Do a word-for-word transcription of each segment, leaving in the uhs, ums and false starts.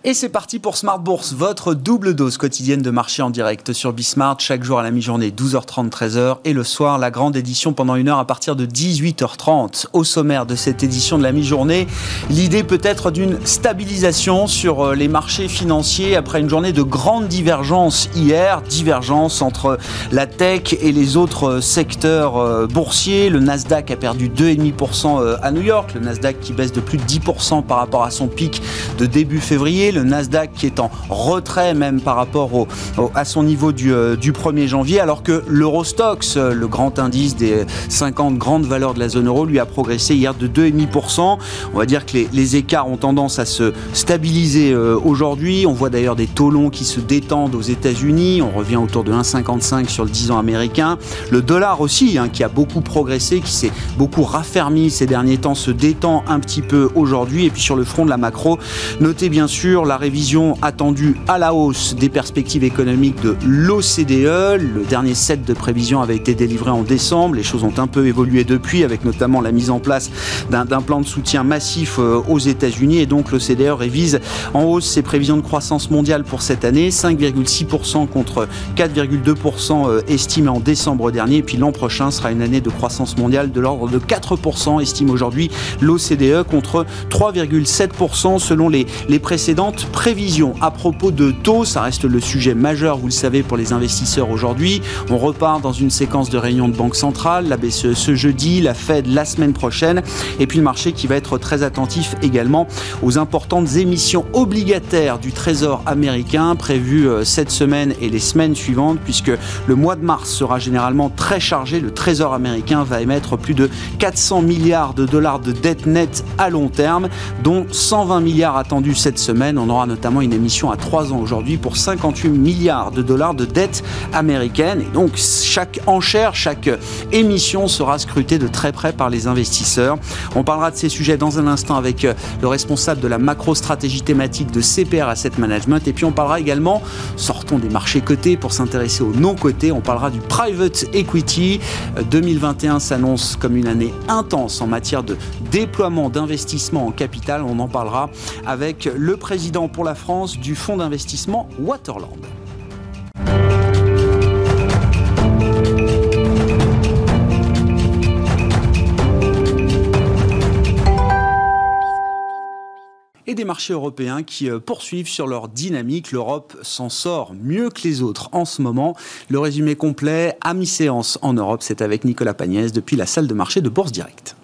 Et c'est parti pour Smart Bourse, votre double dose quotidienne de marché en direct sur Bismart, chaque jour à la mi-journée, douze heures trente, treize heures, et le soir, la grande édition pendant une heure à partir de dix-huit heures trente. Au sommaire de cette édition de la mi-journée, l'idée peut-être d'une stabilisation sur les marchés financiers après une journée de grande divergence hier, divergence entre la tech et les autres secteurs boursiers. Le Nasdaq a perdu deux virgule cinq pour cent à New York, le Nasdaq qui baisse de plus de dix pour cent par rapport à son pic de début février, le Nasdaq qui est en retrait même par rapport au, au, à son niveau du, euh, du premier janvier, alors que l'Eurostoxx, le grand indice des cinquante grandes valeurs de la zone euro, lui a progressé hier de deux virgule cinq pour cent. On va dire que les, les écarts ont tendance à se stabiliser euh, aujourd'hui. On voit d'ailleurs des taux longs qui se détendent aux États-Unis. On revient autour de un virgule cinquante-cinq sur le dix ans américain. Le dollar aussi, hein, qui a beaucoup progressé, qui s'est beaucoup raffermi ces derniers temps, se détend un petit peu aujourd'hui. Et puis sur le front de la macro, notez bien sûr la révision attendue à la hausse des perspectives économiques de l'O C D E. Le dernier set de prévisions avait été délivré en décembre. Les choses ont un peu évolué depuis, avec notamment la mise en place d'un, d'un plan de soutien massif aux États-Unis. Et donc l'O C D E révise en hausse ses prévisions de croissance mondiale pour cette année, cinq virgule six pour cent contre quatre virgule deux pour cent estimé en décembre dernier. Et puis l'an prochain sera une année de croissance mondiale de l'ordre de quatre pour cent, estime aujourd'hui l'O C D E, contre trois virgule sept pour cent selon les, les précédentes prévisions. À propos de taux, ça reste le sujet majeur, vous le savez, pour les investisseurs aujourd'hui. On repart dans une séquence de réunions de banque centrale, la B C E ce jeudi, la Fed la semaine prochaine, et puis le marché qui va être très attentif également aux importantes émissions obligataires du Trésor américain prévues cette semaine et les semaines suivantes, puisque le mois de mars sera généralement très chargé. Le Trésor américain va émettre plus de quatre cents milliards de dollars de dette nette à long terme, dont cent vingt milliards attendus cette semaine. On aura notamment une émission à trois ans aujourd'hui pour cinquante-huit milliards de dollars de dette américaine. Et donc chaque enchère, chaque émission sera scrutée de très près par les investisseurs. On parlera de ces sujets dans un instant avec le responsable de la macro-stratégie thématique de C P R Asset Management. Et puis on parlera également, sortons des marchés cotés pour s'intéresser aux non-cotés, on parlera du private equity. deux mille vingt et un s'annonce comme une année intense en matière de déploiement d'investissement en capital. On en parlera avec le président pour la France du fonds d'investissement Waterland. Et des marchés européens qui poursuivent sur leur dynamique. L'Europe s'en sort mieux que les autres en ce moment. Le résumé complet à mi-séance en Europe, c'est avec Nicolas Pagnès depuis la salle de marché de Bourse Direct.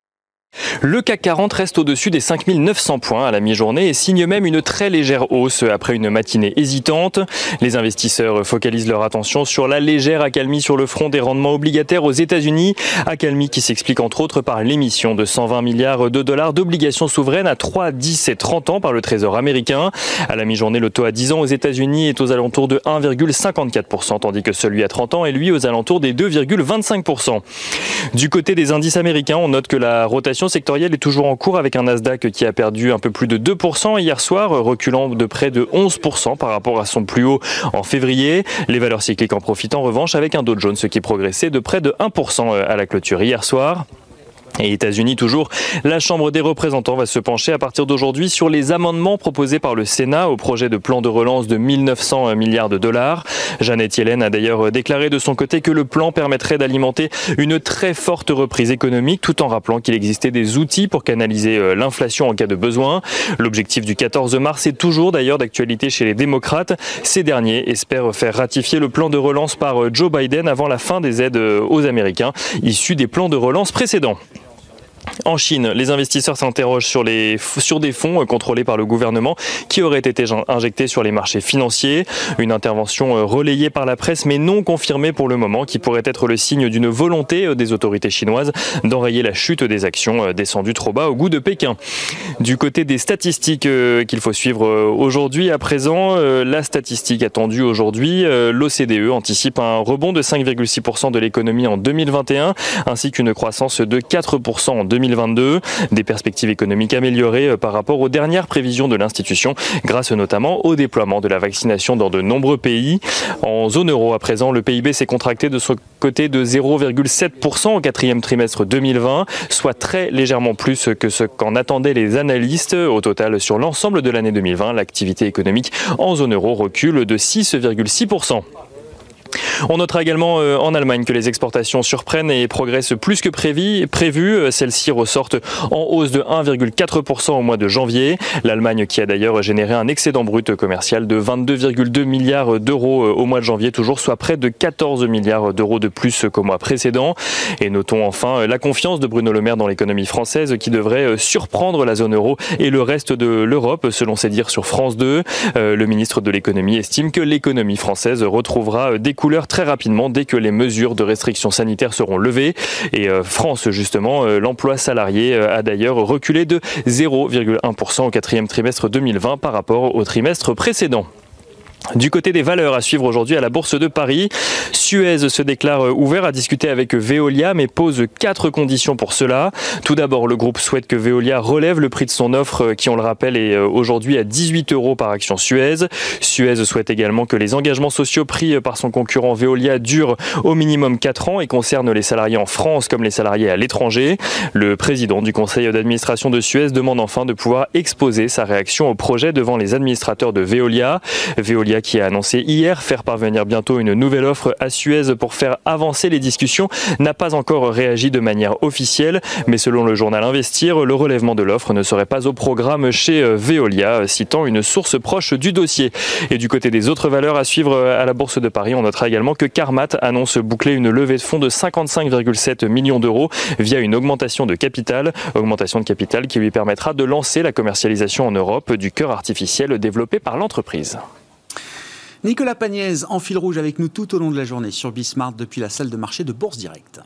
Le C A C quarante reste au-dessus des cinq mille neuf cents points à la mi-journée et signe même une très légère hausse après une matinée hésitante. Les investisseurs focalisent leur attention sur la légère accalmie sur le front des rendements obligataires aux États-Unis. Accalmie qui s'explique entre autres par l'émission de cent vingt milliards de dollars d'obligations souveraines à trois, dix et trente ans par le Trésor américain. À la mi-journée, le taux à dix ans aux États-Unis est aux alentours de un virgule cinquante-quatre pour cent, tandis que celui à trente ans est lui aux alentours des deux virgule vingt-cinq pour cent. Du côté des indices américains, on note que la rotation sectorielle est toujours en cours avec un Nasdaq qui a perdu un peu plus de deux pour cent hier soir, reculant de près de onze pour cent par rapport à son plus haut en février. Les valeurs cycliques en profitent en revanche avec un Dow Jones qui progressait de près de un pour cent à la clôture hier soir. Et États-Unis toujours, la Chambre des représentants va se pencher à partir d'aujourd'hui sur les amendements proposés par le Sénat au projet de plan de relance de mille neuf cents milliards de dollars. Janet Yellen a d'ailleurs déclaré de son côté que le plan permettrait d'alimenter une très forte reprise économique tout en rappelant qu'il existait des outils pour canaliser l'inflation en cas de besoin. L'objectif du quatorze mars est toujours d'ailleurs d'actualité chez les démocrates. Ces derniers espèrent faire ratifier le plan de relance par Joe Biden avant la fin des aides aux Américains issus des plans de relance précédents. En Chine, les investisseurs s'interrogent sur, les, sur des fonds contrôlés par le gouvernement qui auraient été injectés sur les marchés financiers. Une intervention relayée par la presse mais non confirmée pour le moment, qui pourrait être le signe d'une volonté des autorités chinoises d'enrayer la chute des actions descendues trop bas au goût de Pékin. Du côté des statistiques qu'il faut suivre aujourd'hui à présent, la statistique attendue aujourd'hui, l'O C D E anticipe un rebond de cinq virgule six pour cent de l'économie en deux mille vingt et un ainsi qu'une croissance de quatre pour cent en deux mille mille vingt-deux. Des perspectives économiques améliorées par rapport aux dernières prévisions de l'institution, grâce notamment au déploiement de la vaccination dans de nombreux pays. En zone euro, à présent, le P I B s'est contracté de son côté de zéro virgule sept pour cent au quatrième trimestre deux mille vingt, soit très légèrement plus que ce qu'en attendaient les analystes. Au total, sur l'ensemble de l'année deux mille vingt, l'activité économique en zone euro recule de six virgule six pour cent. On notera également en Allemagne que les exportations surprennent et progressent plus que prévu. Celles-ci ressortent en hausse de un virgule quatre pour cent au mois de janvier. L'Allemagne qui a d'ailleurs généré un excédent brut commercial de vingt-deux virgule deux milliards d'euros au mois de janvier, toujours soit près de quatorze milliards d'euros de plus qu'au mois précédent. Et notons enfin la confiance de Bruno Le Maire dans l'économie française qui devrait surprendre la zone euro et le reste de l'Europe, selon ses dires sur France deux. Le ministre de l'économie estime que l'économie française retrouvera des couleurs très rapidement dès que les mesures de restriction sanitaire seront levées. Et euh, France, justement, euh, l'emploi salarié euh, a d'ailleurs reculé de zéro virgule un pour cent au quatrième trimestre deux mille vingt par rapport au trimestre précédent. Du côté des valeurs à suivre aujourd'hui à la Bourse de Paris, Suez se déclare ouvert à discuter avec Veolia mais pose quatre conditions pour cela. Tout d'abord, le groupe souhaite que Veolia relève le prix de son offre qui, on le rappelle, est aujourd'hui à dix-huit euros par action Suez. Suez souhaite également que les engagements sociaux pris par son concurrent Veolia durent au minimum quatre ans et concernent les salariés en France comme les salariés à l'étranger. Le président du conseil d'administration de Suez demande enfin de pouvoir exposer sa réaction au projet devant les administrateurs de Veolia. Veolia qui a annoncé hier faire parvenir bientôt une nouvelle offre à Suez pour faire avancer les discussions, n'a pas encore réagi de manière officielle, mais selon le journal Investir, le relèvement de l'offre ne serait pas au programme chez Veolia, citant une source proche du dossier. Et du côté des autres valeurs à suivre à la Bourse de Paris, on notera également que Carmat annonce boucler une levée de fonds de cinquante-cinq virgule sept millions d'euros via une augmentation de capital, augmentation de capital qui lui permettra de lancer la commercialisation en Europe du cœur artificiel développé par l'entreprise. Nicolas Pagnès en fil rouge avec nous tout au long de la journée sur Bismart depuis la salle de marché de Bourse Direct.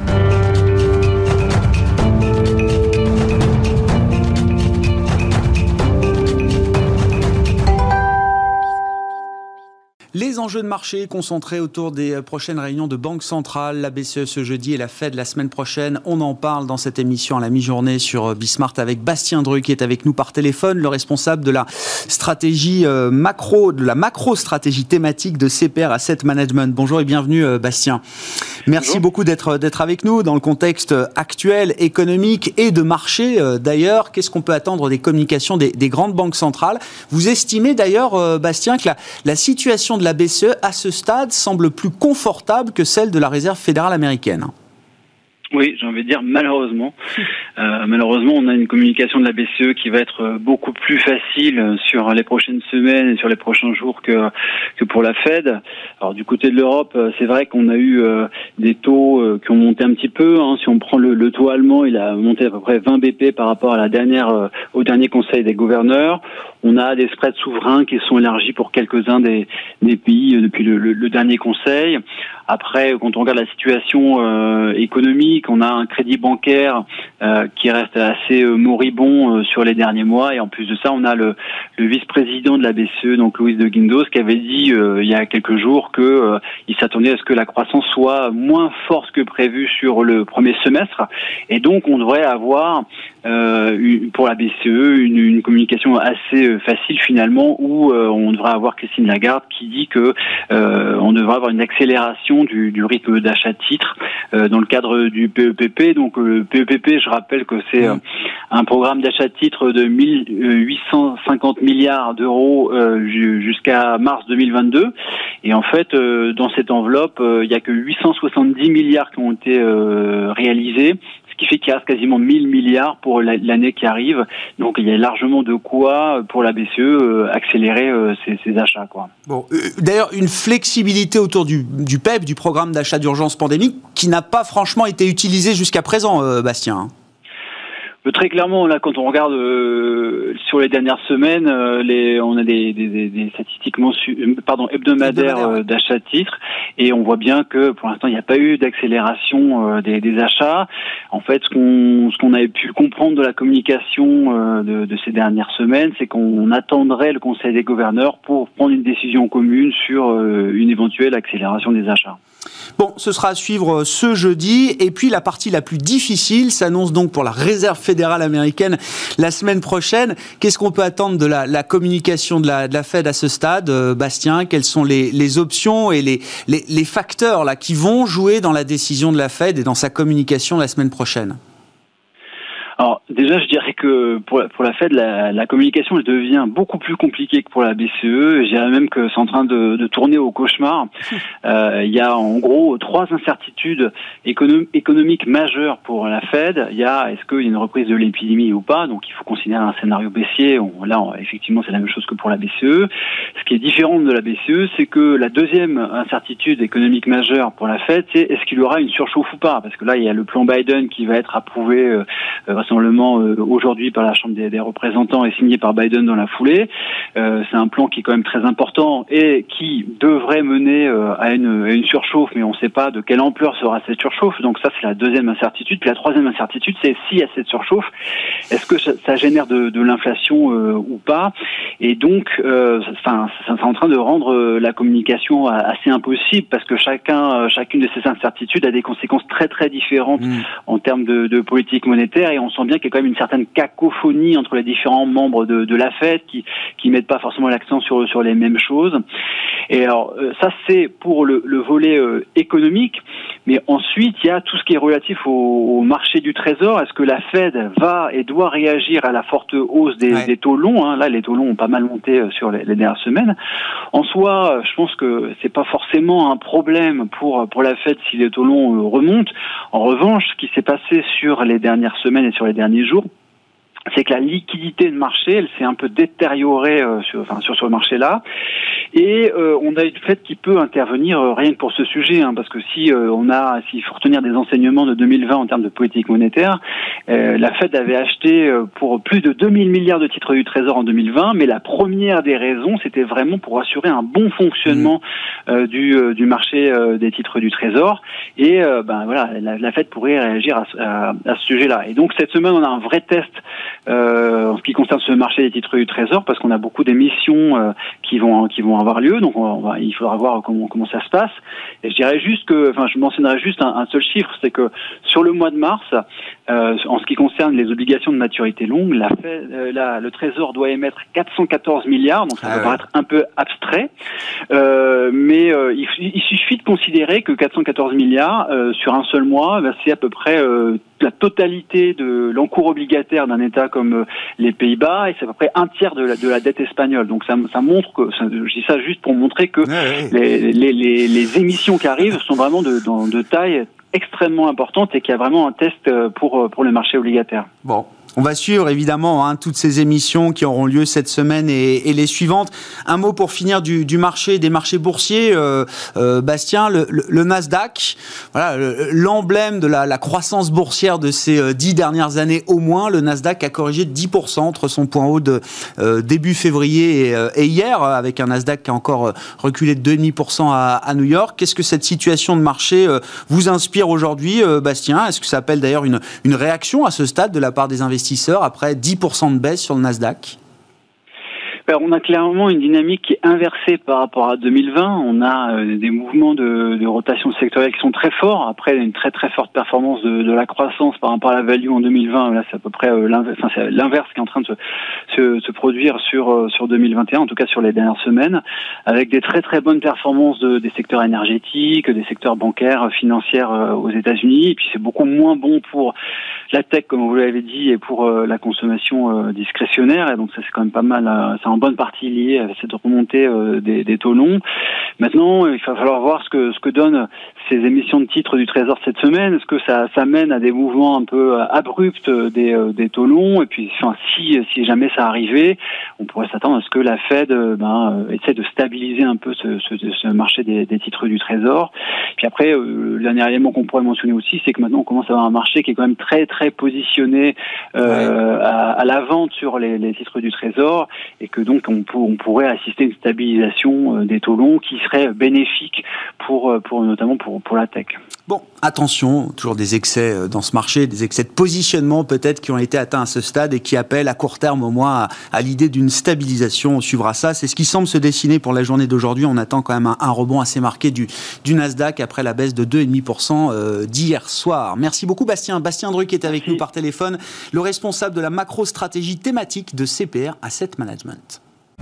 Les enjeux de marché concentrés autour des prochaines réunions de Banque Centrale, la B C E ce jeudi et la Fed la semaine prochaine. On en parle dans cette émission à la mi-journée sur Bismart avec Bastien Dreux qui est avec nous par téléphone, le responsable de la stratégie macro, de la macro-stratégie thématique de C P R Asset Management. Bonjour et bienvenue Bastien. Merci Bonjour. beaucoup d'être, d'être avec nous dans le contexte actuel, économique et de marché d'ailleurs. Qu'est-ce qu'on peut attendre des communications des, des grandes banques centrales ? Vous estimez d'ailleurs, Bastien, que la, la situation de la B C E, à ce stade, semble plus confortable que celle de la Réserve fédérale américaine. Oui, j'ai envie de dire malheureusement. Euh, malheureusement, on a une communication de la B C E qui va être beaucoup plus facile sur les prochaines semaines et sur les prochains jours que que pour la Fed. Alors du côté de l'Europe, c'est vrai qu'on a eu euh, des taux euh, qui ont monté un petit peu. Hein. Si on prend le, le taux allemand, il a monté à peu près vingt B P par rapport à la dernière euh, au dernier Conseil des gouverneurs. On a des spreads souverains qui sont élargis pour quelques-uns des, des pays depuis le, le, le dernier Conseil. Après, quand on regarde la situation euh, économique, on a un crédit bancaire euh, qui reste assez euh, moribond euh, sur les derniers mois. Et en plus de ça, on a le, le vice-président de la B C E, donc Luis de Guindos, qui avait dit euh, il y a quelques jours que euh, il s'attendait à ce que la croissance soit moins forte que prévu sur le premier semestre. Et donc, on devrait avoir euh, une, pour la B C E une, une communication assez euh, facile finalement, où euh, on devrait avoir Christine Lagarde qui dit que euh, on devrait avoir une accélération Du, du rythme d'achat de titres euh, dans le cadre du P E P P. Donc le P E P P, je rappelle que c'est euh, un programme d'achat de titres de mille huit cent cinquante milliards d'euros euh, jusqu'à mars deux mille vingt-deux. Et en fait, euh, dans cette enveloppe, euh, il n'y a que huit cent soixante-dix milliards qui ont été euh, réalisés, ce qui fait qu'il reste quasiment mille milliards pour l'année qui arrive. Donc il y a largement de quoi, pour la B C E, euh, accélérer euh, ses, ses achats, quoi. Bon, euh, d'ailleurs, une flexibilité autour du, du P E P, du programme d'achat d'urgence pandémique, qui n'a pas franchement été utilisée jusqu'à présent, euh, Bastien. Très clairement, là, quand on regarde euh, sur les dernières semaines, euh, les, on a des, des, des statistiques mensu, pardon, hebdomadaires euh, d'achat de titres, et on voit bien que pour l'instant, il n'y a pas eu d'accélération euh, des, des achats. En fait, ce qu'on, ce qu'on avait pu comprendre de la communication euh, de, de ces dernières semaines, c'est qu'on attendrait le Conseil des gouverneurs pour prendre une décision commune sur euh, une éventuelle accélération des achats. Bon, ce sera à suivre ce jeudi. Et puis, la partie la plus difficile s'annonce donc pour la Réserve fédérale américaine la semaine prochaine. Qu'est-ce qu'on peut attendre de la, la communication de la, de la Fed à ce stade, euh, Bastien? Quelles sont les, les options et les, les, les facteurs là, qui vont jouer dans la décision de la Fed et dans sa communication la semaine prochaine? Alors déjà, je dirais que pour la, pour la Fed, la, la communication elle devient beaucoup plus compliquée que pour la B C E. Je dirais même que c'est en train de, de tourner au cauchemar. Euh, il y a en gros trois incertitudes économ- économiques majeures pour la Fed. Il y a est-ce qu'il y a une reprise de l'épidémie ou pas? Donc il faut considérer un scénario baissier. On, là, on, effectivement, c'est la même chose que pour la B C E. Ce qui est différent de la B C E, c'est que la deuxième incertitude économique majeure pour la Fed, c'est est-ce qu'il y aura une surchauffe ou pas? Parce que là, il y a le plan Biden qui va être approuvé euh, vraisemblablement euh, aujourd'hui par la Chambre des, des représentants et signé par Biden dans la foulée. Euh, c'est un plan qui est quand même très important et qui devrait mener euh, à, une, à une surchauffe, mais on ne sait pas de quelle ampleur sera cette surchauffe. Donc ça, c'est la deuxième incertitude. Puis la troisième incertitude, c'est s'il y a cette surchauffe, est-ce que ça, ça génère de, de l'inflation euh, ou pas? Et donc, euh, ça, ça, c'est en train de rendre euh, la communication assez impossible parce que chacun, euh, chacune de ces incertitudes a des conséquences très très différentes mmh. en termes de, de politique monétaire et on sent bien qu'il y a quand même une certaine cacophonie entre les différents membres de, de la Fed qui qui mettent pas forcément l'accent sur sur les mêmes choses. Et alors euh, ça c'est pour le, le volet euh, économique, mais ensuite il y a tout ce qui est relatif au, au marché du trésor. Est-ce que la Fed va et doit réagir à la forte hausse des, ouais. des taux longs, hein? Là les taux longs ont pas mal monté sur les, les dernières semaines. En soi, je pense que c'est pas forcément un problème pour pour la Fed si les taux longs remontent. En revanche, ce qui s'est passé sur les dernières semaines et sur les derniers jours, c'est que la liquidité de marché, elle s'est un peu détériorée euh, sur, enfin, sur ce marché-là. Et euh, on a une Fed qui peut intervenir euh, rien que pour ce sujet, hein, parce que si euh, on a, s'il faut retenir des enseignements de deux mille vingt en termes de politique monétaire, euh, la Fed avait acheté euh, pour plus de deux mille milliards de titres du Trésor en deux mille vingt, mais la première des raisons, c'était vraiment pour assurer un bon fonctionnement euh, du, euh, du marché euh, des titres du Trésor. Et euh, ben voilà, la, la Fed pourrait réagir à, à, à ce sujet-là. Et donc cette semaine, on a un vrai test euh, en ce qui concerne ce marché des titres du Trésor, parce qu'on a beaucoup d'émissions euh, qui vont qui vont avoir lieu, donc on va, il faudra voir comment comment ça se passe. Et je dirais juste que, enfin, je mentionnerai juste un, un seul chiffre, c'est que sur le mois de mars, euh, en ce qui concerne les obligations de maturité longue, la, euh, la le Trésor doit émettre quatre cent quatorze milliards, donc ça ah peut ouais. paraître un peu abstrait, euh, mais euh, il, il suffit de considérer que quatre cent quatorze milliards euh, sur un seul mois, ben, c'est à peu près euh, la totalité de l'encours obligataire d'un État comme euh, les Pays-Bas, et c'est à peu près un tiers de la, de la dette espagnole. Donc ça, ça montre que, ça, je dis ça juste pour montrer que ouais, ouais. Les, les, les, les émissions qui arrivent sont vraiment de, de, de taille extrêmement importante et qu'il y a vraiment un test pour, pour le marché obligataire. Bon. On va suivre évidemment hein, toutes ces émissions qui auront lieu cette semaine et, et les suivantes. Un mot pour finir du, du marché, des marchés boursiers, euh, euh, Bastien, le, le, le Nasdaq, voilà, le, l'emblème de la, la croissance boursière de ces euh, dix dernières années au moins. Le Nasdaq a corrigé de dix pour cent entre son point haut de euh, début février et, euh, et hier, avec un Nasdaq qui a encore reculé de deux virgule cinq pour cent à, à New York. Qu'est-ce que cette situation de marché euh, vous inspire aujourd'hui, euh, Bastien? Est-ce que ça appelle d'ailleurs une, une réaction à ce stade de la part des investisseurs après dix pour cent de baisse sur le Nasdaq? Alors, on a clairement une dynamique qui est inversée par rapport à deux mille vingt. On a euh, des mouvements de, de rotation sectorielle qui sont très forts. Après, une très très forte performance de, de la croissance par rapport à la value en deux mille vingt. Là, c'est à peu près euh, l'inverse, enfin, c'est l'inverse qui est en train de se, se, se produire sur euh, sur deux mille vingt et un, en tout cas sur les dernières semaines, avec des très très bonnes performances de, des secteurs énergétiques, des secteurs bancaires, financiers euh, aux États-Unis. Et puis c'est beaucoup moins bon pour la tech, comme vous l'avez dit, et pour euh, la consommation euh, discrétionnaire. Et donc ça, c'est quand même pas mal. Euh, c'est en bonne partie liée à cette remontée euh, des, des taux longs. Maintenant, il va falloir voir ce que ce que donnent ces émissions de titres du Trésor cette semaine. Est-ce que ça, ça mène à des mouvements un peu abrupts des, des taux longs? Et puis, enfin, si si jamais ça arrivait, on pourrait s'attendre à ce que la Fed ben, essaie de stabiliser un peu ce, ce, ce marché des, des titres du Trésor. Puis après, euh, le dernier élément qu'on pourrait mentionner aussi, c'est que maintenant on commence à avoir un marché qui est quand même très très positionné euh, ouais. à, à la vente sur les, les titres du Trésor, et que donc on, pour, on pourrait assister à une stabilisation des taux longs qui serait bénéfique pour, pour notamment pour, pour la tech. Bon, attention, toujours des excès dans ce marché, des excès de positionnement peut-être qui ont été atteints à ce stade et qui appellent à court terme au moins à, à l'idée d'une stabilisation. On suivra ça. C'est ce qui semble se dessiner pour la journée d'aujourd'hui. On attend quand même un, un rebond assez marqué du, du Nasdaq après la baisse de deux virgule cinq pour cent euh, d'hier soir. Merci beaucoup Bastien. Bastien Druck est avec Merci. nous par téléphone, le responsable de la macro-stratégie thématique de C P R Asset Management.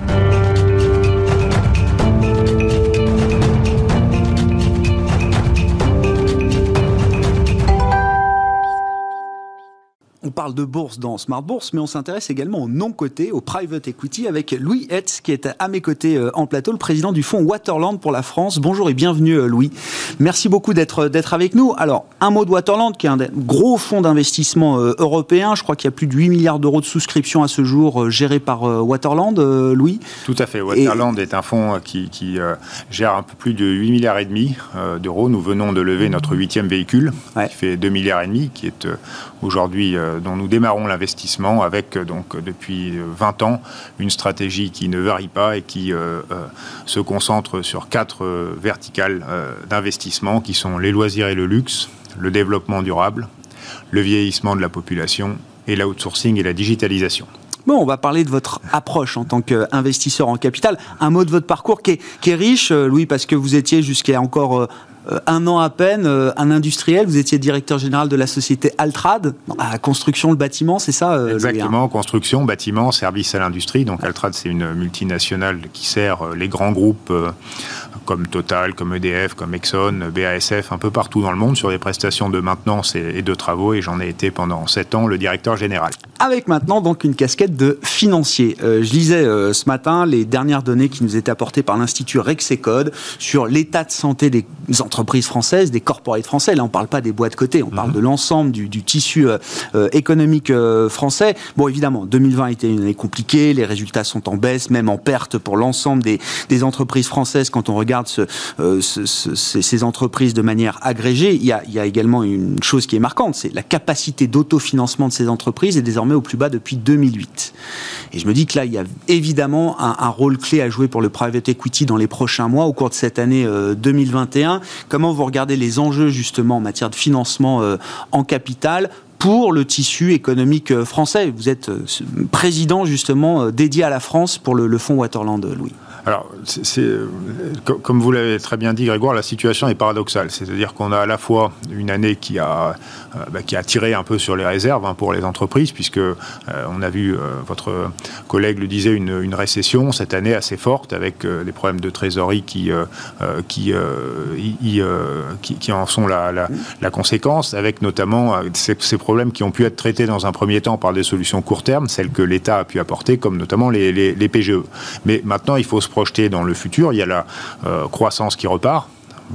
On parle de bourse dans Smart Bourse, mais on s'intéresse également au non-coté, au private equity, avec Louis Hetz, qui est à mes côtés en plateau, le président du fonds Waterland pour la France. Bonjour et bienvenue Louis. Merci beaucoup d'être, d'être avec nous. Alors, un mot de Waterland, qui est un gros fonds d'investissement européen. Je crois qu'il y a plus de huit milliards d'euros de souscriptions à ce jour gérés par Waterland, Louis. Tout à fait. Waterland et... est un fonds qui, qui euh, gère un peu plus de huit milliards et demi euh, d'euros. Nous venons de lever notre huitième véhicule, ouais. qui fait deux milliards et demi, qui est euh, aujourd'hui... Euh, dont nous démarrons l'investissement avec, donc, depuis vingt ans, une stratégie qui ne varie pas et qui euh, euh, se concentre sur quatre euh, verticales euh, d'investissement qui sont les loisirs et le luxe, le développement durable, le vieillissement de la population et l'outsourcing et la digitalisation. Bon, on va parler de votre approche en tant qu'investisseur en capital. Un mot de votre parcours qui est, qui est riche, Louis, parce que vous étiez jusqu'à encore... Euh, Euh, un an à peine, euh, un industriel, vous étiez directeur général de la société Altrad, à la construction, le bâtiment, c'est ça euh, Exactement, construction, bâtiment, service à l'industrie. Donc Altrad, c'est une multinationale qui sert les grands groupes euh, comme Total, comme E D F, comme Exxon, B A S F, un peu partout dans le monde sur des prestations de maintenance et, et de travaux. Et j'en ai été pendant sept ans le directeur général. Avec maintenant donc une casquette de financier. Euh, je lisais euh, ce matin les dernières données qui nous étaient apportées par l'Institut Rexecode sur l'état de santé des entreprises françaises, des corporates français. Là, on ne parle pas des boîtes cotées, on parle mmh. de l'ensemble du, du tissu euh, euh, économique euh, français. Bon, évidemment, deux mille vingt a été une année compliquée, les résultats sont en baisse, même en perte pour l'ensemble des, des entreprises françaises. Quand on regarde ce, euh, ce, ce, ces, ces entreprises de manière agrégée, il y, a, il y a également une chose qui est marquante, c'est la capacité d'autofinancement de ces entreprises est désormais au plus bas depuis deux mille huit. Et je me dis que là, il y a évidemment un, un rôle clé à jouer pour le private equity dans les prochains mois, au cours de cette année euh, deux mille vingt et un. Comment vous regardez les enjeux justement en matière de financement euh, en capital pour le tissu économique euh, français? Vous êtes euh, président justement euh, dédié à la France pour le, le fonds Waterland, Louis. Alors, c'est, c'est, comme vous l'avez très bien dit, Grégoire, la situation est paradoxale. C'est-à-dire qu'on a à la fois une année qui a, euh, bah, qui a tiré un peu sur les réserves hein, pour les entreprises, puisque euh, on a vu, euh, votre collègue le disait, une, une récession cette année assez forte, avec euh, des problèmes de trésorerie qui, euh, qui, euh, y, euh, qui, qui en sont la, la, la conséquence, avec notamment euh, ces, ces problèmes qui ont pu être traités dans un premier temps par des solutions court terme, celles que l'État a pu apporter, comme notamment les, les, les P G E. Mais maintenant, il faut se projeter dans le futur. Il y a la euh, croissance qui repart.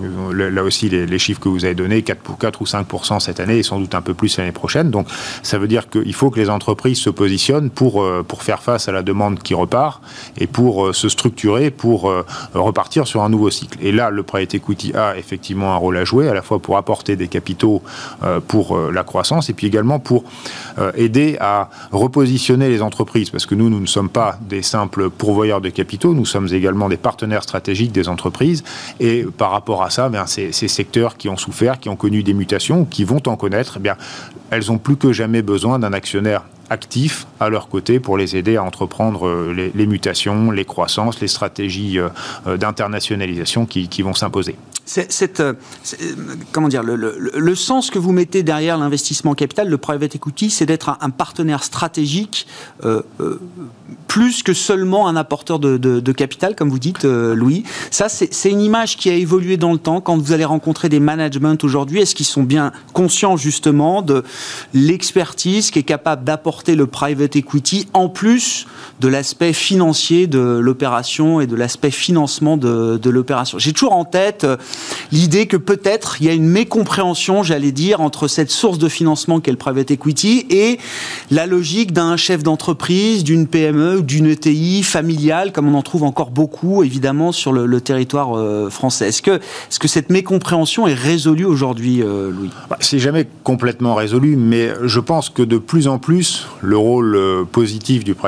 Là aussi, les, les chiffres que vous avez donnés, quatre ou cinq pour cent cette année et sans doute un peu plus l'année prochaine. Donc, ça veut dire qu'il faut que les entreprises se positionnent pour, euh, pour faire face à la demande qui repart et pour euh, se structurer, pour euh, repartir sur un nouveau cycle. Et là, le private equity a effectivement un rôle à jouer, à la fois pour apporter des capitaux euh, pour euh, la croissance et puis également pour euh, aider à repositionner les entreprises. Parce que nous, nous ne sommes pas des simples pourvoyeurs de capitaux, nous sommes également des partenaires stratégiques des entreprises. Et par rapport à ça, bien, ces, ces secteurs qui ont souffert, qui ont connu des mutations, qui vont en connaître, eh bien, elles ont plus que jamais besoin d'un actionnaire actifs à leur côté pour les aider à entreprendre les, les mutations, les croissances, les stratégies euh, d'internationalisation qui, qui vont s'imposer. C'est, c'est, c'est, comment dire, le, le, le sens que vous mettez derrière l'investissement capital, le private equity, c'est d'être un, un partenaire stratégique euh, euh, plus que seulement un apporteur de, de, de capital, comme vous dites, euh, Louis. Ça, c'est, c'est une image qui a évolué dans le temps. Quand vous allez rencontrer des managements aujourd'hui, est-ce qu'ils sont bien conscients justement de l'expertise qui est capable d'apporter le private equity en plus de l'aspect financier de l'opération et de l'aspect financement de, de l'opération? J'ai toujours en tête euh, l'idée que peut-être il y a une mécompréhension, j'allais dire, entre cette source de financement qu'est le private equity et la logique d'un chef d'entreprise, d'une P M E ou d'une E T I familiale, comme on en trouve encore beaucoup, évidemment, sur le, le territoire euh, français. Est-ce que, est-ce que cette mécompréhension est résolue aujourd'hui, euh, Louis? Bah, c'est jamais complètement résolu, mais je pense que de plus en plus, le rôle euh, positif du private equity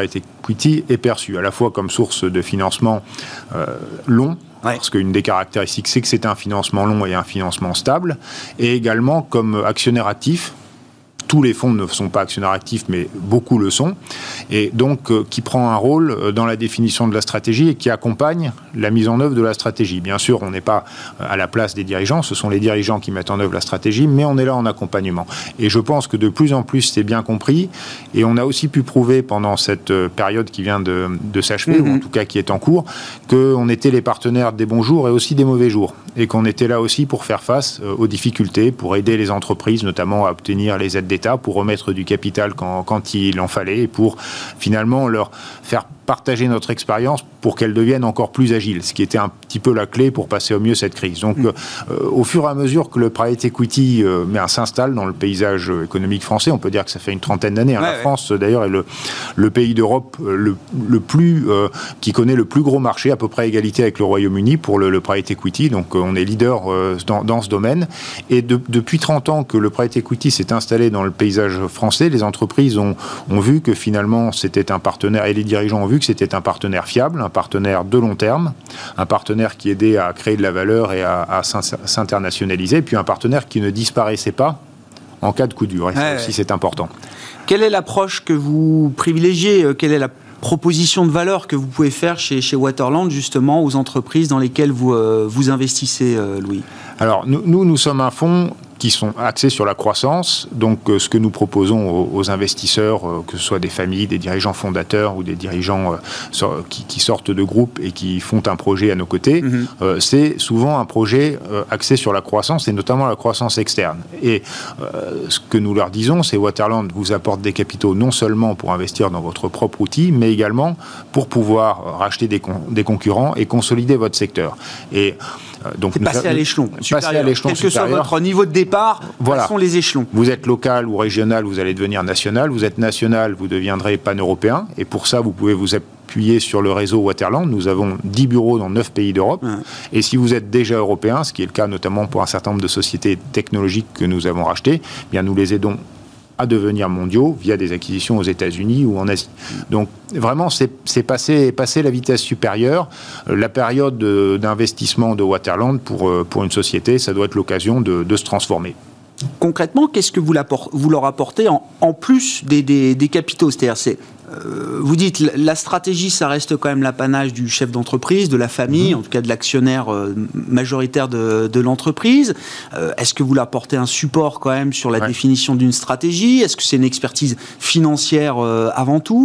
equity est perçu à la fois comme source de financement euh, long, ouais. parce qu'une des caractéristiques, c'est que c'est un financement long et un financement stable, et également comme actionnaire actif. Tous les fonds ne sont pas actionnaires actifs, mais beaucoup le sont, et donc euh, qui prend un rôle dans la définition de la stratégie et qui accompagne la mise en œuvre de la stratégie. Bien sûr, on n'est pas à la place des dirigeants, ce sont les dirigeants qui mettent en œuvre la stratégie, mais on est là en accompagnement. Et je pense que de plus en plus, c'est bien compris, et on a aussi pu prouver pendant cette période qui vient de, de s'achever, mmh. ou en tout cas qui est en cours, qu'on était les partenaires des bons jours et aussi des mauvais jours, et qu'on était là aussi pour faire face aux difficultés, pour aider les entreprises, notamment à obtenir les aides d'État, pour remettre du capital quand, quand il en fallait et pour finalement leur faire partager notre expérience pour qu'elle devienne encore plus agile, ce qui était un petit peu la clé pour passer au mieux cette crise. Donc, mmh. euh, au fur et à mesure que le private equity euh, ben, s'installe dans le paysage économique français, on peut dire que ça fait une trentaine d'années. Hein. Ouais, la ouais. France, d'ailleurs, est le, le pays d'Europe le, le plus, euh, qui connaît le plus gros marché, à peu près à égalité avec le Royaume-Uni pour le, le private equity. Donc, euh, on est leader euh, dans, dans ce domaine. Et de, depuis trente ans que le private equity s'est installé dans le paysage français, les entreprises ont, ont vu que finalement, c'était un partenaire, et les dirigeants ont vu que c'était un partenaire fiable, un partenaire de long terme, un partenaire qui aidait à créer de la valeur et à, à s'internationaliser, puis un partenaire qui ne disparaissait pas en cas de coup dur. Et ça ouais, aussi, ouais. c'est important. Quelle est l'approche que vous privilégiez ? Quelle est la proposition de valeur que vous pouvez faire chez, chez Waterland, justement, aux entreprises dans lesquelles vous, euh, vous investissez, euh, Louis ? Alors, nous, nous, nous sommes un fonds qui sont axés sur la croissance. Donc, euh, ce que nous proposons aux, aux investisseurs, euh, que ce soit des familles, des dirigeants fondateurs ou des dirigeants euh, so, qui, qui sortent de groupes et qui font un projet à nos côtés, mmh. euh, c'est souvent un projet euh, axé sur la croissance et notamment la croissance externe. Et euh, ce que nous leur disons, c'est Waterland vous apporte des capitaux non seulement pour investir dans votre propre outil, mais également pour pouvoir racheter des, con- des concurrents et consolider votre secteur. Et euh, donc, c'est passer à l'échelon supérieur. Passer à l'échelon Quel que soit votre niveau de départ, voilà. quels sont les échelons ? Vous êtes local ou régional, vous allez devenir national. Vous êtes national, vous deviendrez pan-européen. Et pour ça, vous pouvez vous appuyer sur le réseau Waterland. Nous avons dix bureaux dans neuf pays d'Europe. Ouais. Et si vous êtes déjà européen, ce qui est le cas notamment pour un certain nombre de sociétés technologiques que nous avons rachetées, eh bien nous les aidons à devenir mondiaux via des acquisitions aux États-Unis ou en Asie. Donc vraiment, c'est, c'est passer, passer la vitesse supérieure. La période d'investissement de Waterland pour, pour une société, ça doit être l'occasion de, de se transformer. Concrètement, qu'est-ce que vous, vous leur apportez en, en plus des, des, des capitaux ? C'est-à-dire, c'est, euh, vous dites, la stratégie, ça reste quand même l'apanage du chef d'entreprise, de la famille, mmh. en tout cas de l'actionnaire euh, majoritaire de, de l'entreprise. Euh, est-ce que vous leur apportez un support quand même sur la ouais. définition d'une stratégie ? Est-ce que c'est une expertise financière euh, avant tout ?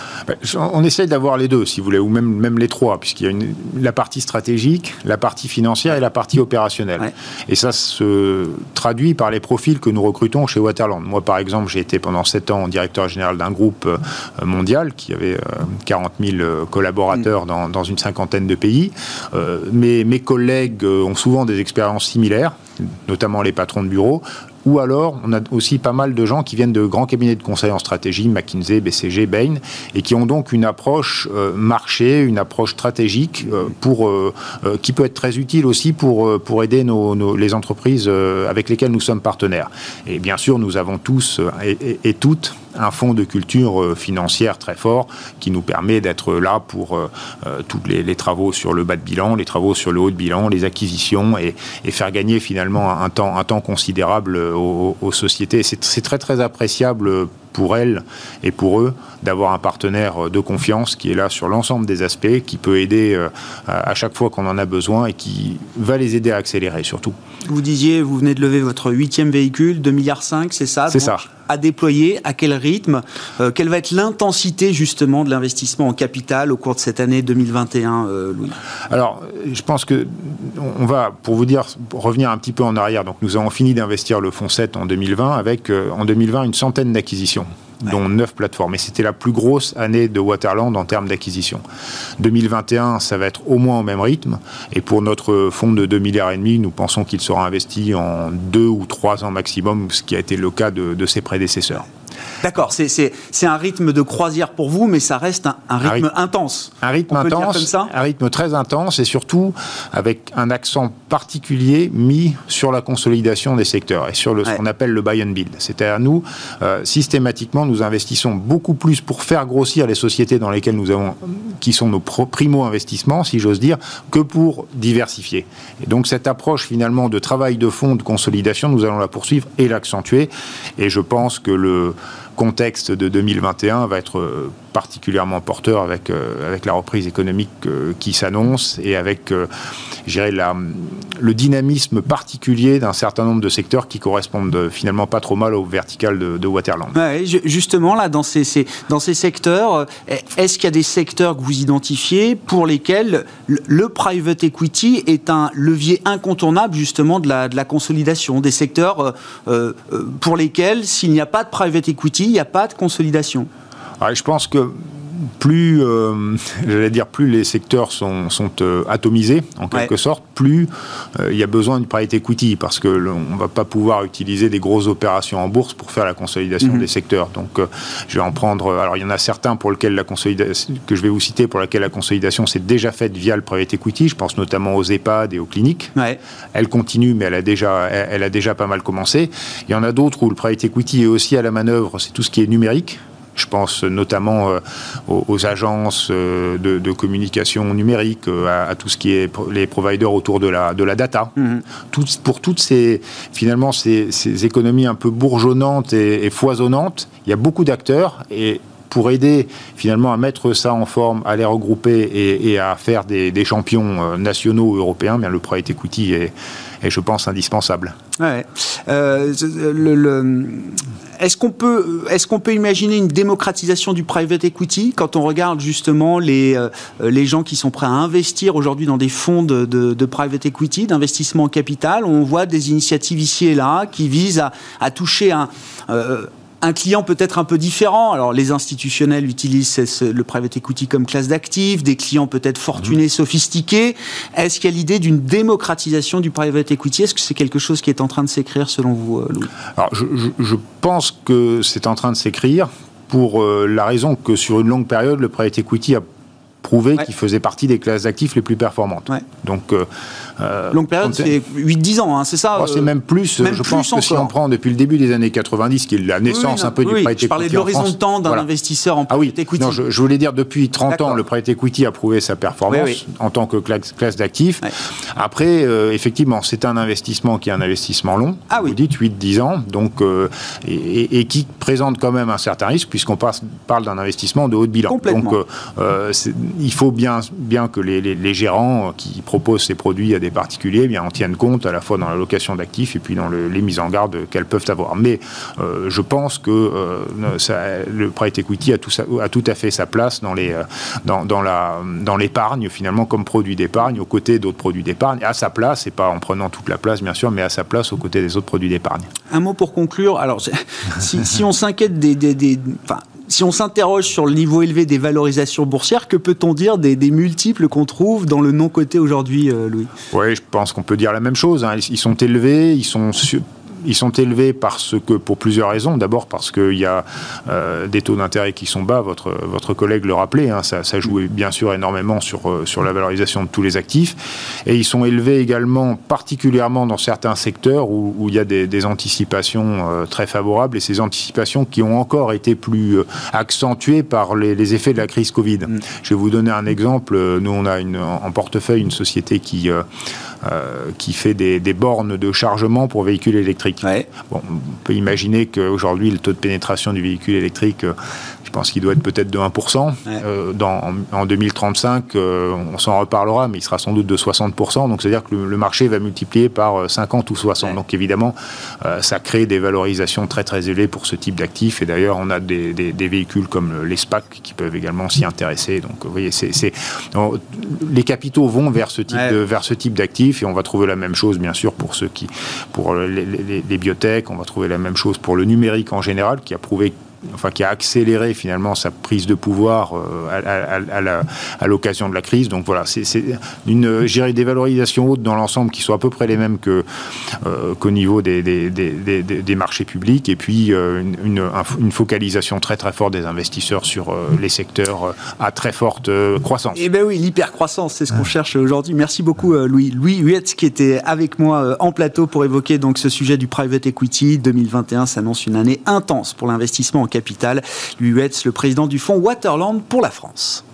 On essaye d'avoir les deux, si vous voulez, ou même, même les trois, puisqu'il y a une, la partie stratégique, la partie financière et la partie opérationnelle. Ouais. Et ça se traduit par les profils que nous recrutons chez Waterland. Moi, par exemple, j'ai été pendant sept ans directeur général d'un groupe euh, mondial qui avait euh, quarante mille collaborateurs mmh. dans, dans une cinquantaine de pays. Euh, mes, mes collègues ont souvent des expériences similaires, notamment les patrons de bureau. Ou alors, on a aussi pas mal de gens qui viennent de grands cabinets de conseil en stratégie, McKinsey, B C G, Bain, et qui ont donc une approche euh, marché, une approche stratégique euh, pour, euh, euh, qui peut être très utile aussi pour, euh, pour aider nos, nos, les entreprises euh, avec lesquelles nous sommes partenaires. Et bien sûr, nous avons tous euh, et, et, et toutes un fonds de culture euh, financière très fort qui nous permet d'être là pour euh, euh, tous les, les travaux sur le bas de bilan, les travaux sur le haut de bilan, les acquisitions et, et faire gagner finalement un temps, un temps considérable aux, aux sociétés. C'est, c'est très très appréciable pour elles et pour eux d'avoir un partenaire de confiance qui est là sur l'ensemble des aspects, qui peut aider euh, à chaque fois qu'on en a besoin et qui va les aider à accélérer surtout. Vous disiez, vous venez de lever votre huitième véhicule, deux virgule cinq milliards, c'est ça ? C'est ça. À déployer, à quel rythme ? euh, Quelle va être l'intensité justement de l'investissement en capital au cours de cette année deux mille vingt et un, euh, Louis ? Alors, je pense que on va, pour vous dire, revenir un petit peu en arrière. Donc, nous avons fini d'investir le fonds sept en deux mille vingt avec, euh, en deux mille vingt, une centaine d'acquisitions. Ouais. Dont neuf plateformes. Et c'était la plus grosse année de Waterland en termes d'acquisition. deux mille vingt et un, ça va être au moins au même rythme. Et pour notre fonds de deux milliards et demi, nous pensons qu'il sera investi en deux ou trois ans maximum, ce qui a été le cas de, de ses prédécesseurs. D'accord, c'est, c'est, c'est un rythme de croisière pour vous, mais ça reste un, un, rythme, un rythme intense. Un rythme On peut intense, dire comme ça un rythme très intense et surtout avec un accent particulier mis sur la consolidation des secteurs et sur le, ouais. ce qu'on appelle le buy and build. C'est-à-dire nous, euh, systématiquement, nous investissons beaucoup plus pour faire grossir les sociétés dans lesquelles nous avons, qui sont nos primo-investissements, si j'ose dire, que pour diversifier. Et donc cette approche finalement de travail de fond, de consolidation, nous allons la poursuivre et l'accentuer. Et je pense que le contexte de deux mille vingt et un va être particulièrement porteur avec, euh, avec la reprise économique euh, qui s'annonce et avec, euh, je dirais, la, le dynamisme particulier d'un certain nombre de secteurs qui correspondent euh, finalement pas trop mal au vertical de, de Waterland. Ouais, justement, là, dans ces, ces, dans ces secteurs, est-ce qu'il y a des secteurs que vous identifiez pour lesquels le, le private equity est un levier incontournable justement de la, de la consolidation, des secteurs euh, euh, pour lesquels s'il n'y a pas de private equity, il n'y a pas de consolidation? Alors, je pense que plus, euh, j'allais dire, plus les secteurs sont, sont euh, atomisés, en quelque ouais. sorte, plus il euh, y a besoin du private equity, parce qu'on ne va pas pouvoir utiliser des grosses opérations en bourse pour faire la consolidation mmh. des secteurs. Donc, euh, je vais en prendre... Alors, il y en a certains pour lesquels la consolidation, que je vais vous citer, pour lesquels la consolidation s'est déjà faite via le private equity. Je pense notamment aux EHPAD et aux cliniques. Ouais. Elle continue, mais elle a, déjà, elle, elle a déjà pas mal commencé. Il y en a d'autres où le private equity est aussi à la manœuvre, c'est tout ce qui est numérique. Je pense notamment euh, aux, aux agences euh, de, de communication numérique, euh, à, à tout ce qui est les providers autour de la, de la data. Mmh. Tout, pour toutes ces, finalement, ces, ces économies un peu bourgeonnantes et, et foisonnantes, il y a beaucoup d'acteurs et pour aider finalement à mettre ça en forme, à les regrouper et, et à faire des, des champions nationaux ou européens, bien le private equity est, est, je pense, indispensable. Ouais. Euh, le, le... Est-ce qu'on peut, est-ce qu'on peut imaginer une démocratisation du private equity quand on regarde justement les, euh, les gens qui sont prêts à investir aujourd'hui dans des fonds de, de, de private equity, d'investissement en capital? On voit des initiatives ici et là qui visent à, à toucher un... Euh, un client peut-être un peu différent. Alors, les institutionnels utilisent le private equity comme classe d'actifs, des clients peut-être fortunés, mmh. sophistiqués. Est-ce qu'il y a l'idée d'une démocratisation du private equity? Est-ce que c'est quelque chose qui est en train de s'écrire selon vous, Louis? Alors, je, je, je pense que c'est en train de s'écrire pour euh, la raison que sur une longue période, le private equity a prouvé ouais. qu'il faisait partie des classes d'actifs les plus performantes. Ouais. Donc, euh, euh, longue période, c'est huit dix ans, hein, c'est ça? Oh, c'est même plus, même je plus pense encore. Que si on prend depuis le début des années quatre-vingt-dix, qui est la naissance oui, non, un peu oui, du private equity. Je parlais de l'horizon de temps d'un voilà. investisseur en private ah oui, equity. Non, je, je voulais dire, depuis trente D'accord. ans, le private equity a prouvé sa performance oui, oui. en tant que classe, classe d'actifs. Ouais. Après, euh, effectivement, c'est un investissement qui est un investissement long. Ah, oui. Vous dites huit dix ans, donc, euh, et, et, et qui présente quand même un certain risque, puisqu'on passe, parle d'un investissement de haut de bilan. Donc, euh, il faut bien bien que les, les, les gérants qui proposent ces produits à des particuliers, bien, en tiennent compte à la fois dans la location d'actifs et puis dans le, les mises en garde qu'elles peuvent avoir. Mais euh, je pense que euh, ça, le private equity a tout, a tout à fait sa place dans, les, dans, dans, la, dans l'épargne, finalement, comme produit d'épargne, aux côtés d'autres produits d'épargne, à sa place, et pas en prenant toute la place, bien sûr, mais à sa place aux côtés des autres produits d'épargne. Un mot pour conclure. Alors, si, si on s'inquiète des... des, des enfin, si on s'interroge sur le niveau élevé des valorisations boursières, que peut-on dire des, des multiples qu'on trouve dans le non-coté aujourd'hui, euh, Louis? Oui, je pense qu'on peut dire la même chose. Hein. Ils sont élevés, ils sont... Su- Ils sont élevés parce que, pour plusieurs raisons. D'abord parce qu'il y a euh, des taux d'intérêt qui sont bas, votre, votre collègue le rappelait, hein, ça, ça joue bien sûr énormément sur, sur la valorisation de tous les actifs. Et ils sont élevés également, particulièrement dans certains secteurs où, où il y a des, des anticipations euh, très favorables, et ces anticipations qui ont encore été plus euh, accentuées par les, les effets de la crise Covid. Mm. Je vais vous donner un exemple. Nous, on a une, en portefeuille une société qui... Euh, Euh, qui fait des, des bornes de chargement pour véhicules électriques. Ouais. Bon, on peut imaginer qu'aujourd'hui, le taux de pénétration du véhicule électrique, euh, je pense qu'il doit être peut-être de un pour cent. Ouais. Euh, dans, en, en deux mille trente-cinq, euh, on s'en reparlera, mais il sera sans doute de soixante pour cent. Donc, c'est-à-dire que le, le marché va multiplier par cinquante ou soixante. Ouais. Donc, évidemment, euh, ça crée des valorisations très, très élevées pour ce type d'actifs. Et d'ailleurs, on a des, des, des véhicules comme les SPAC qui peuvent également s'y intéresser. Donc, vous voyez, c'est, c'est, on, les capitaux vont vers ce type, ouais. de, vers ce type d'actifs. Et on va trouver la même chose, bien sûr, pour ceux qui, pour les, les, les biotech. On va trouver la même chose pour le numérique en général, qui a prouvé enfin, qui a accéléré finalement sa prise de pouvoir euh, à, à, à, la, à l'occasion de la crise. Donc voilà, c'est, c'est une, je dirais, des valorisations hautes dans l'ensemble qui sont à peu près les mêmes que, euh, qu'au niveau des, des, des, des, des marchés publics, et puis euh, une, une, une focalisation très très forte des investisseurs sur euh, les secteurs à très forte euh, croissance. Eh bien oui, l'hypercroissance, c'est ce qu'on cherche aujourd'hui. Merci beaucoup Louis. Louis Huetz qui était avec moi en plateau pour évoquer donc ce sujet du private equity. deux mille vingt et un s'annonce une année intense pour l'investissement en capital. Louis Huetz, le président du fonds Waterland pour la France.